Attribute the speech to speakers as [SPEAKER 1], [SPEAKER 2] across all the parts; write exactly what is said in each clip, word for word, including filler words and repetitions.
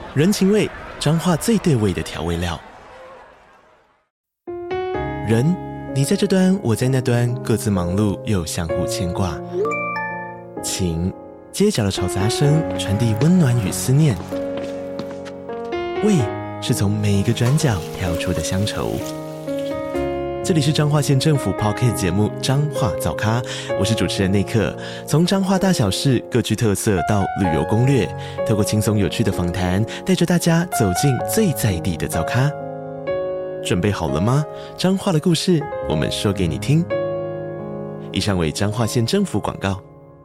[SPEAKER 1] 人情味，彰化最对味的调味料。人，你在这端，我在那端，各自忙碌又相互牵挂。情，街角的吵杂声传递温暖与思念。味，是从每一个转角跳出的乡愁。这里是彰化县政府 Podcast 节目《彰化早咖》，我是主持人内克。从彰化大小事各具特色到旅游攻略，透过轻松有趣的访谈，带着大家走进最在地的早咖。准备好了吗？彰化的故事，我们说给你听。以上为彰化县政府广告。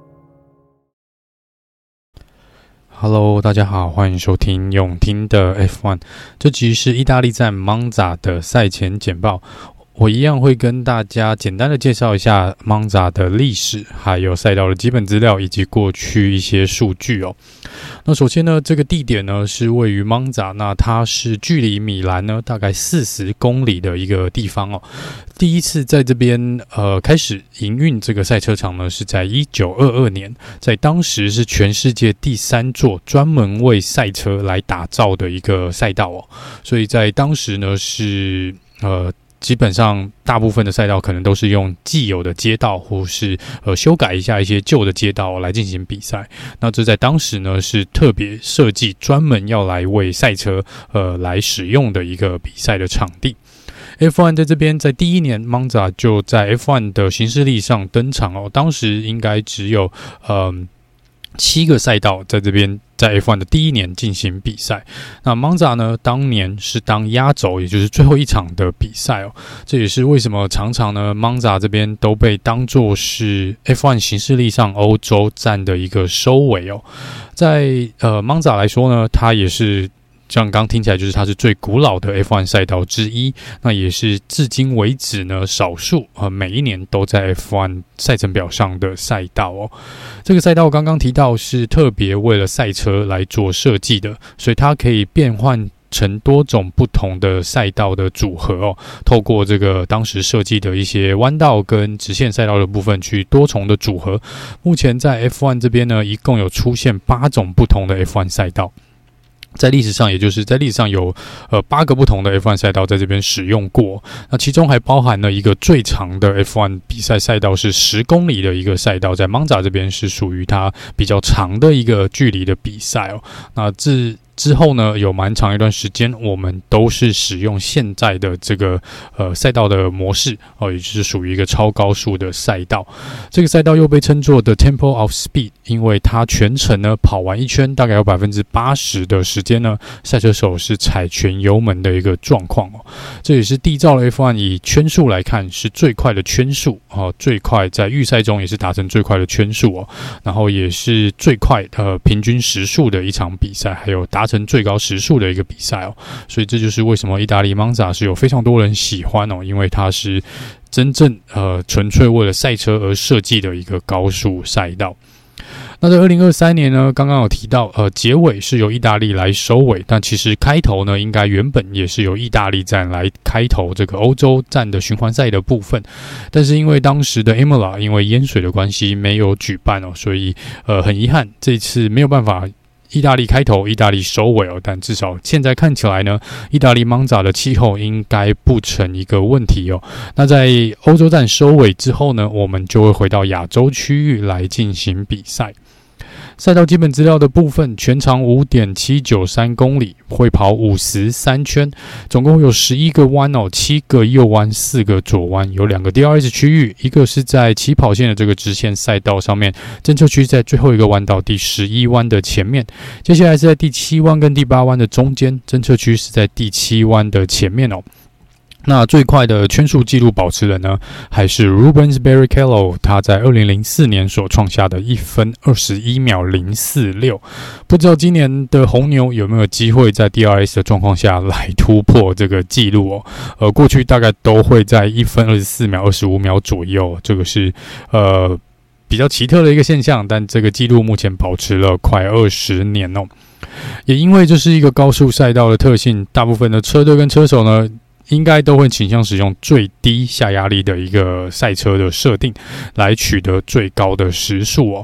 [SPEAKER 2] Hello， 大家好，欢迎收听永听的 F 一， 这集是意大利站 Monza 的赛前简报。我一样会跟大家简单的介绍一下 Monza 的历史，还有赛道的基本资料，以及过去一些数据哦。那首先呢，这个地点呢是位于 Monza， 那它是距离米兰呢大概四十公里的一个地方哦。第一次在这边呃开始营运这个赛车场呢，是在一九二二年，在当时是全世界第三座专门为赛车来打造的一个赛道哦。所以在当时呢是呃。基本上大部分的赛道可能都是用既有的街道或是呃修改一下一些旧的街道来进行比赛。那这在当时呢是特别设计专门要来为赛车呃来使用的一个比赛的场地。F 一 在这边在第一年 Monza 就在 F 一 的行事历上登场哦，当时应该只有呃七个赛道在这边在 F 一 的第一年进行比赛。那 Monza 呢，当年是当压轴，也就是最后一场的比赛哦。这也是为什么常常呢 Monza 这边都被当作是 F 一 行事历上欧洲站的一个收尾哦。在呃 Monza 来说呢，它也是像刚听起来就是它是最古老的 F 一 赛道之一，那也是至今为止呢少数呃每一年都在 F 一 赛程表上的赛道哦。这个赛道刚刚提到是特别为了赛车来做设计的，所以它可以变换成多种不同的赛道的组合哦，透过这个当时设计的一些弯道跟直线赛道的部分去多重的组合。目前在 F 一 这边呢，一共有出现八种不同的 F 一 赛道。在历史上，也就是在历史上有呃八个不同的 F 一 赛道在这边使用过，那其中还包含了一个最长的 F 一 比赛赛道是十公里的一个赛道，在 Monza 这边是属于它比较长的一个距离的比赛哦。那自之后呢，有蛮长一段时间，我们都是使用现在的这个呃赛道的模式哦，也就是属于一个超高速的赛道。这个赛道又被称作 The Temple of Speed， 因为它全程呢跑完一圈，大概有 百分之八十 的时间呢，赛车手是踩全油门的一个状况哦。这也是缔造了 F 一 以圈数来看是最快的圈数哦，最快在预赛中也是达成最快的圈数哦，然后也是最快呃平均时速的一场比赛，还有达达成最高时速的一个比赛哦，所以这就是为什么意大利 Monza 是有非常多人喜欢哦，因为它是真正呃纯粹为了赛车而设计的一个高速赛道。那在二零二三年呢，刚刚有提到，呃，结尾是由意大利来收尾，但其实开头呢，应该原本也是由意大利站来开头这个欧洲站的循环赛的部分，但是因为当时的 Imola 因为淹水的关系没有举办哦，所以呃很遗憾，这次没有办法。意大利开头，意大利收尾哦，但至少现在看起来呢，意大利 Monza 的气候应该不成一个问题哦。那在欧洲站收尾之后呢，我们就会回到亚洲区域来进行比赛。赛道基本资料的部分，全长 五点七九三公里，会跑五十三圈，总共有十一个弯哦，七个右弯，四个左弯，有两个 D R S 区域，一个是在起跑线的这个直线赛道上面，侦测区在最后一个弯道第十一弯的前面，接下来是在第七弯跟第八弯的中间，侦测区是在第七弯的前面哦。那最快的圈数纪录保持人呢，还是 Rubens Barrichello， 他在二零零四年所创下的一分二十一秒零四六。不知道今年的红牛有没有机会在 D R S 的状况下来突破这个纪录哦？呃，过去大概都会在一分二十四秒、二十五秒左右，这个是呃比较奇特的一个现象，但这个纪录目前保持了快二十年哦。也因为这是一个高速赛道的特性，大部分的车队跟车手呢，应该都会倾向使用最低下压力的一个赛车的设定，来取得最高的时速哦。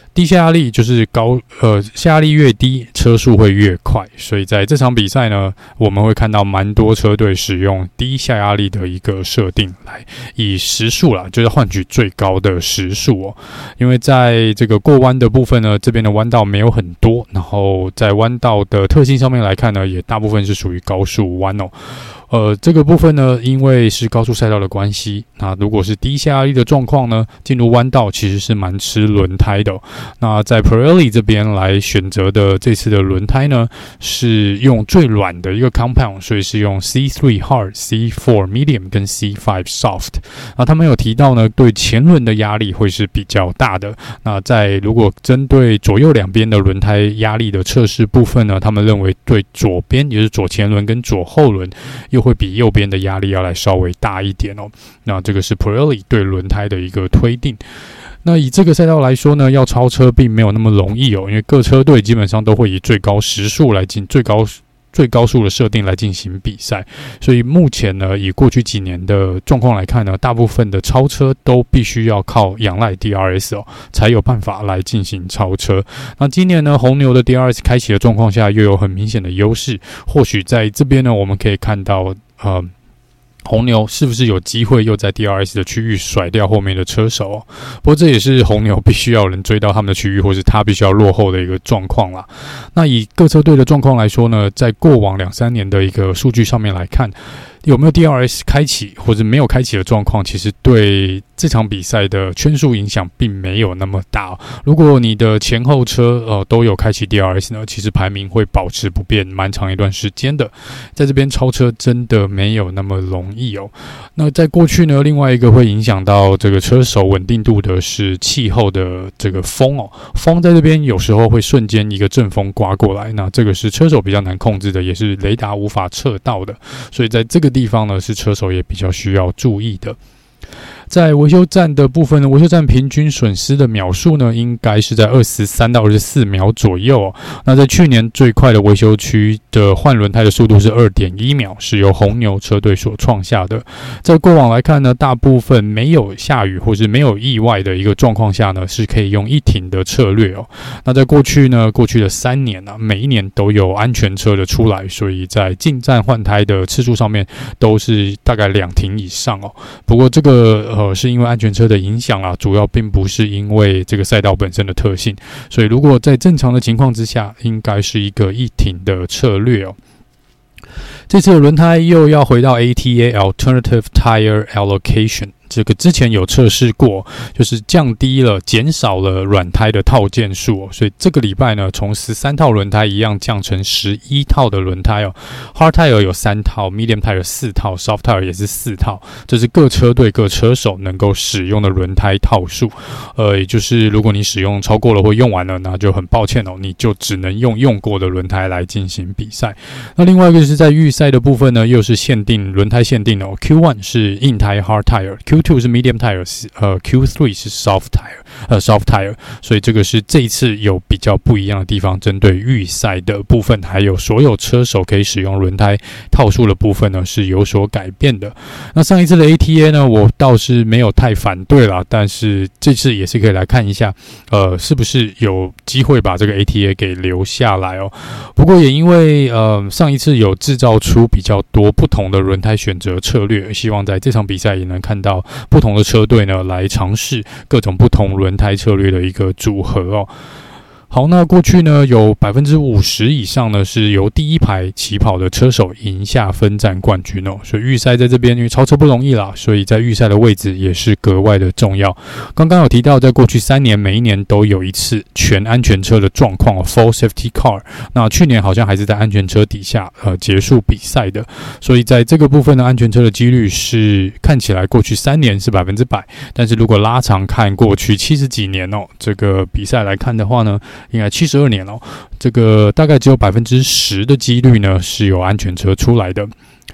[SPEAKER 2] 低下压力就是高呃下压力越低，车速会越快，所以在这场比赛呢，我们会看到蛮多车队使用低下压力的一个设定来以时速啦，就是换取最高的时速哦。因为在这个过弯的部分呢，这边的弯道没有很多，然后在弯道的特性上面来看呢，也大部分是属于高速弯哦。呃，这个部分呢，因为是高速赛道的关系，那如果是低下压力的状况呢，进入弯道其实是蛮吃轮胎的哦。那在 Pirelli 这边来选择的这次的轮胎呢，是用最软的一个 compound， 所以是用 C 三 Hard、C 四 Medium 跟 C 五 Soft。那他们有提到呢，对前轮的压力会是比较大的。那在如果针对左右两边的轮胎压力的测试部分呢，他们认为对左边，也就是左前轮跟左后轮，又会比右边的压力要来稍微大一点哦。那这个是 Pirelli 对轮胎的一个推定。那以这个赛道来说呢，要超车并没有那么容易哦，因为各车队基本上都会以最高时速来进最高最高速的设定来进行比赛，所以目前呢，以过去几年的状况来看呢，大部分的超车都必须要靠仰赖 D R S 哦，才有办法来进行超车。那今年呢，红牛的 D R S 开启的状况下，又有很明显的优势，或许在这边呢，我们可以看到呃。红牛是不是有机会又在 D R S 的区域甩掉后面的车手哦？不过这也是红牛必须要有人追到他们的区域，或是他必须要落后的一个状况啦。那以各车队的状况来说呢，在过往两三年的一个数据上面来看，有没有 D R S 开启或者没有开启的状况，其实对这场比赛的圈数影响并没有那么大哦。如果你的前后车呃都有开启 D R S 呢，其实排名会保持不变蛮长一段时间的。在这边超车真的没有那么容易哦。那在过去呢，另外一个会影响到这个车手稳定度的是气候的这个风哦。风在这边有时候会瞬间一个阵风刮过来，那这个是车手比较难控制的，也是雷达无法测到的。所以在这个地方呢，是车手也比较需要注意的。在维修站的部分呢，维修站平均损失的秒数呢，应该是在二十三到二十四秒左右哦。那在去年最快的维修区的换轮胎的速度是 二点一秒，是由红牛车队所创下的。在过往来看呢，大部分没有下雨或是没有意外的一个状况下呢，是可以用一停的策略哦。那在过去呢，过去的三年啊，每一年都有安全车的出来，所以在进站换胎的次数上面都是大概两停以上哦。不过这个呃，是因为安全车的影响啦，主要并不是因为这个赛道本身的特性，所以如果在正常的情况之下，应该是一个一停的策略哦。这次的轮胎又要回到 A T A Alternative Tire Allocation。这个之前有测试过，就是降低了、减少了软胎的套件数哦，所以这个礼拜呢，从十三套轮胎一样降成十一套的轮胎哦。Hard tire 有三套 ，Medium tire 四套 ，Soft tire 也是四套，这是各车队各车手能够使用的轮胎套数。呃，也就是如果你使用超过了或用完了，那就很抱歉哦，你就只能用用过的轮胎来进行比赛。那另外一个就是在预赛的部分呢，又是限定轮胎限定哦 ，Q 一 是硬胎 Hard tire。Q 二 是 medium tire， 呃 Q 三 是 soft tire， 呃 soft tire， 所以这个是这一次有比较不一样的地方，针对预赛的部分，还有所有车手可以使用轮胎套数的部分呢，是有所改变的。那上一次的 A T A 呢，我倒是没有太反对啦，但是这次也是可以来看一下，呃，是不是有机会把这个 A T A 给留下来哦。不过也因为呃上一次有制造出比较多不同的轮胎选择策略，希望在这场比赛也能看到不同的车队呢来尝试各种不同轮胎策略的一个组合哦。好，那过去呢有 百分之五十 以上呢是由第一排起跑的车手赢下分站冠军哦，所以预赛在这边因为超车不容易啦，所以在预赛的位置也是格外的重要。刚刚有提到，在过去三年每一年都有一次全安全车的状况哦 ，Full Safety Car。那去年好像还是在安全车底下呃结束比赛的，所以在这个部分的安全车的几率是看起来过去三年是百分之百，但是如果拉长看过去七十几年哦，这个比赛来看的话呢，应该七十二年哦，这个大概只有 百分之十 的几率呢是有安全车出来的。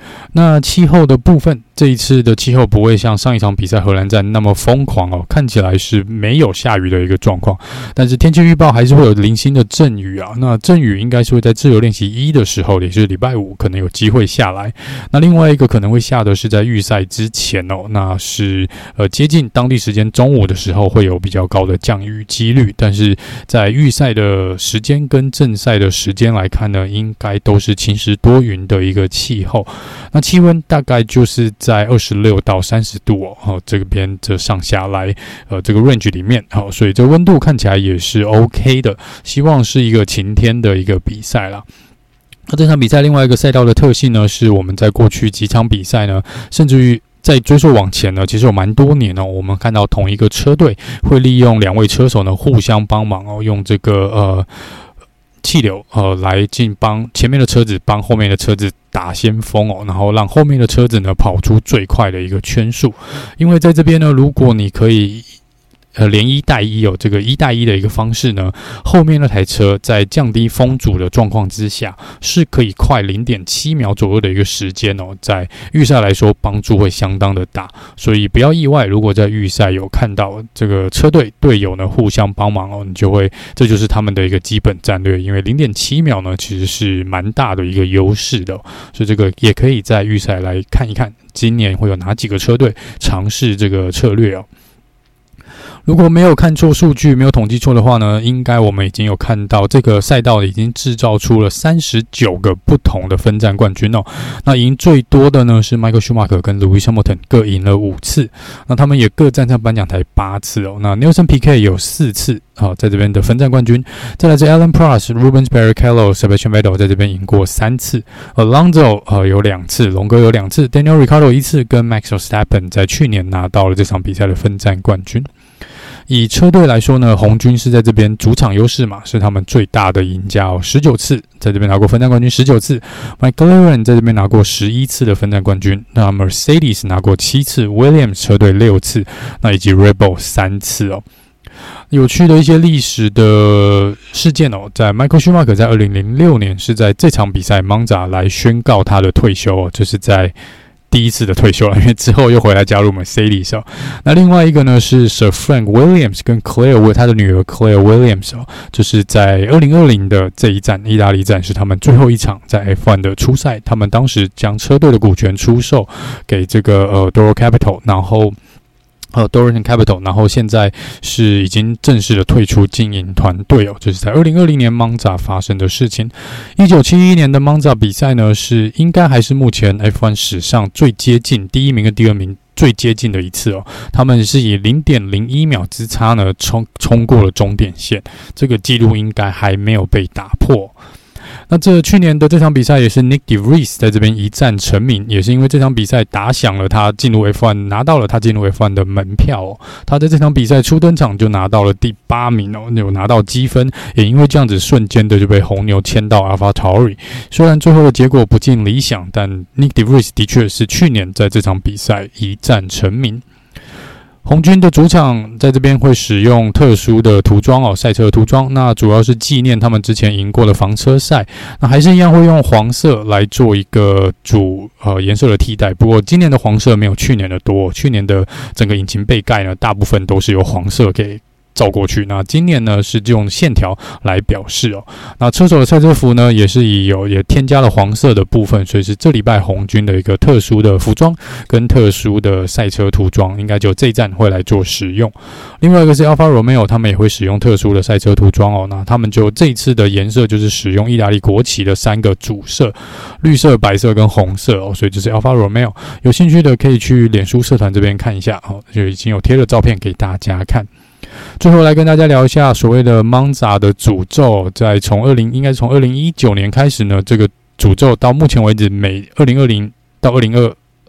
[SPEAKER 2] 那气候的部分，这一次的气候不会像上一场比赛荷兰站那么疯狂哦，看起来是没有下雨的一个状况，但是天气预报还是会有零星的阵雨啊。那阵雨应该是会在自由练习一的时候，也就是礼拜五可能有机会下来。那另外一个可能会下的是在预赛之前哦，那是呃接近当地时间中午的时候会有比较高的降雨几率，但是在预赛的时间跟正赛的时间来看呢，应该都是晴时多云的一个气候。那气温大概就是在二十六到三十度哦，哦这边这上下来呃这个 range 里面，好、哦，所以这温度看起来也是 OK 的，希望是一个晴天的一个比赛啦。那这场比赛另外一个赛道的特性呢，是我们在过去几场比赛呢，甚至于在追溯往前呢，其实有蛮多年哦，我们看到同一个车队会利用两位车手呢互相帮忙哦，用这个呃。气流呃来进帮前面的车子帮后面的车子打先锋哦，然后让后面的车子呢跑出最快的一个圈数。因为在这边呢，如果你可以呃连一带一有这个一带一的一个方式呢，后面那台车在降低风阻的状况之下，是可以快 零点七秒左右的一个时间哦，在预赛来说帮助会相当的大，所以不要意外，如果在预赛有看到这个车队队友呢互相帮忙哦，你就会这就是他们的一个基本战略，因为 零点七秒呢其实是蛮大的一个优势的、哦，所以这个也可以在预赛来看一看，今年会有哪几个车队尝试这个策略哦。如果没有看错数据，没有统计错的话呢，应该我们已经有看到这个赛道已经制造出了三十九个不同的分站冠军哦。那赢最多的呢是 Michael Schumacher 跟 Lewis Hamilton 各赢了五次，那他们也各站上颁奖台八次哦。那 Nelson Piquet 有四次啊、哦，在这边的分站冠军。再来是 Alan Prost、Rubens Barrichello、Sebastian Vettel 在这边赢过三次 ，Alonso 呃有两次，龙哥有两次 ，Daniel Ricciardo 一次，跟 Max Verstappen 在去年拿到了这场比赛的分站冠军。以车队来说呢，红军是在这边主场优势嘛，是他们最大的赢家哦，十九次在这边拿过分站冠军，十九次 ，McLaren 在这边拿过十一次的分站冠军，那 Mercedes 拿过七次 ，Williams 车队六次，那以及 Red Bull 三次哦。有趣的一些历史的事件哦，在 Michael Schumacher 在二零零六年是在这场比赛 Monza 来宣告他的退休哦，就是在第一次的退休了，因为之后又回来加入 Mercedes 哦。那另外一个呢是 Sir Frank Williams 跟 Claire 他的女儿 Claire Williams 哦，就是在二零二零的这一站意大利站是他们最后一场在 F 一 的初赛，他们当时将车队的股权出售给这个呃 Toro Capital， 然后呃 Dorrington Capital， 然后现在是已经正式的退出经营团队哦，这是在二零二零年 Monza 发生的事情。一九七一年的 Monza 比赛呢，是应该还是目前 F 一 史上最接近第一名跟第二名最接近的一次哦，他们是以 零点零一秒之差呢冲冲过了终点线，这个记录应该还没有被打破。那这去年的这场比赛也是 Nick de Vries 在这边一战成名，也是因为这场比赛打响了他进入 F 一， 拿到了他进入 F 一 的门票哦。他在这场比赛初登场就拿到了第八名哦，有拿到积分，也因为这样子瞬间的就被红牛签到 AlphaTauri。虽然最后的结果不尽理想，但 Nick de Vries 的确是去年在这场比赛一战成名。红军的主场在这边会使用特殊的涂装哦，赛车的涂装，那主要是纪念他们之前赢过的房车赛，那还是一样会用黄色来做一个主呃颜色的替代，不过今年的黄色没有去年的多，去年的整个引擎背盖呢，大部分都是由黄色给照过去，那今年呢是用线条来表示哦。那车手的赛车服呢也是以有也添加了黄色的部分，所以是这礼拜红军的一个特殊的服装跟特殊的赛车涂装，应该就这一站会来做使用。另外一个是 Alfa Romeo， 他们也会使用特殊的赛车涂装哦。那他们就这一次的颜色就是使用意大利国旗的三个主色，绿色、白色跟红色哦，所以这是 Alfa Romeo。有兴趣的可以去脸书社团这边看一下哦，就已经有贴了照片给大家看。最后来跟大家聊一下所谓的 Monza 的诅咒，在从二零应该是从二零一九年开始呢，这个诅咒到目前为止，每二零二零到二零二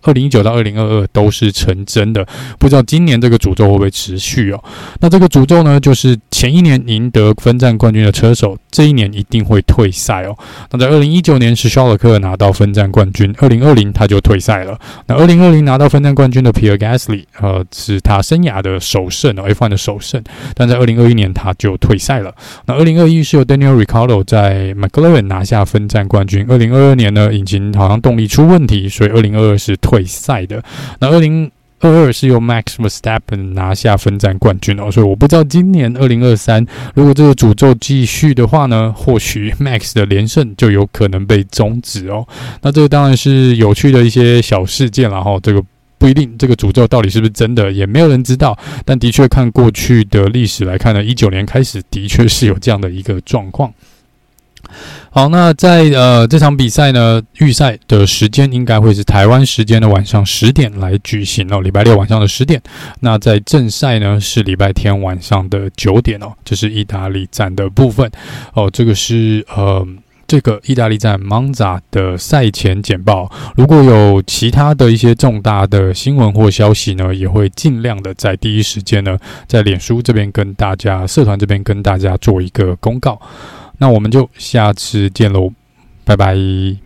[SPEAKER 2] 二零一九到二零二二都是成真的，不知道今年这个诅咒会不会持续哦？那这个诅咒呢，就是前一年赢得分站冠军的车手，这一年一定会退赛哦。那在二零一九年是肖勒克拿到分站冠军，二零二零他就退赛了。那二零二零拿到分站冠军的 Pierre Gasly， 呃，是他生涯的首胜哦 ，F 一 的首胜，但在二零二一年他就退赛了。那二零二一是由 Daniel Ricciardo 在 McLaren 拿下分站冠军，二零二二年呢，引擎好像动力出问题，所以二零二二是退赛的。那二零二二是由 Max Verstappen 拿下分站冠军哦，所以我不知道今年二零二三如果这个诅咒继续的话呢，或许 Max 的连胜就有可能被终止哦。那这个当然是有趣的一些小事件啦齁，这个不一定这个诅咒到底是不是真的，也没有人知道。但的确看过去的历史来看呢，一九年开始的确是有这样的一个状况。好，那在呃这场比赛呢，预赛的时间应该会是台湾时间的晚上十点来举行哦，礼拜六晚上的十点。那在正赛呢是礼拜天晚上的九点哦，这是意大利站的部分哦，这个是呃。这个意大利站 Monza 的赛前简报，如果有其他的一些重大的新闻或消息呢，也会尽量的在第一时间呢，在脸书这边跟大家、社团这边跟大家做一个公告。那我们就下次见喽，拜拜。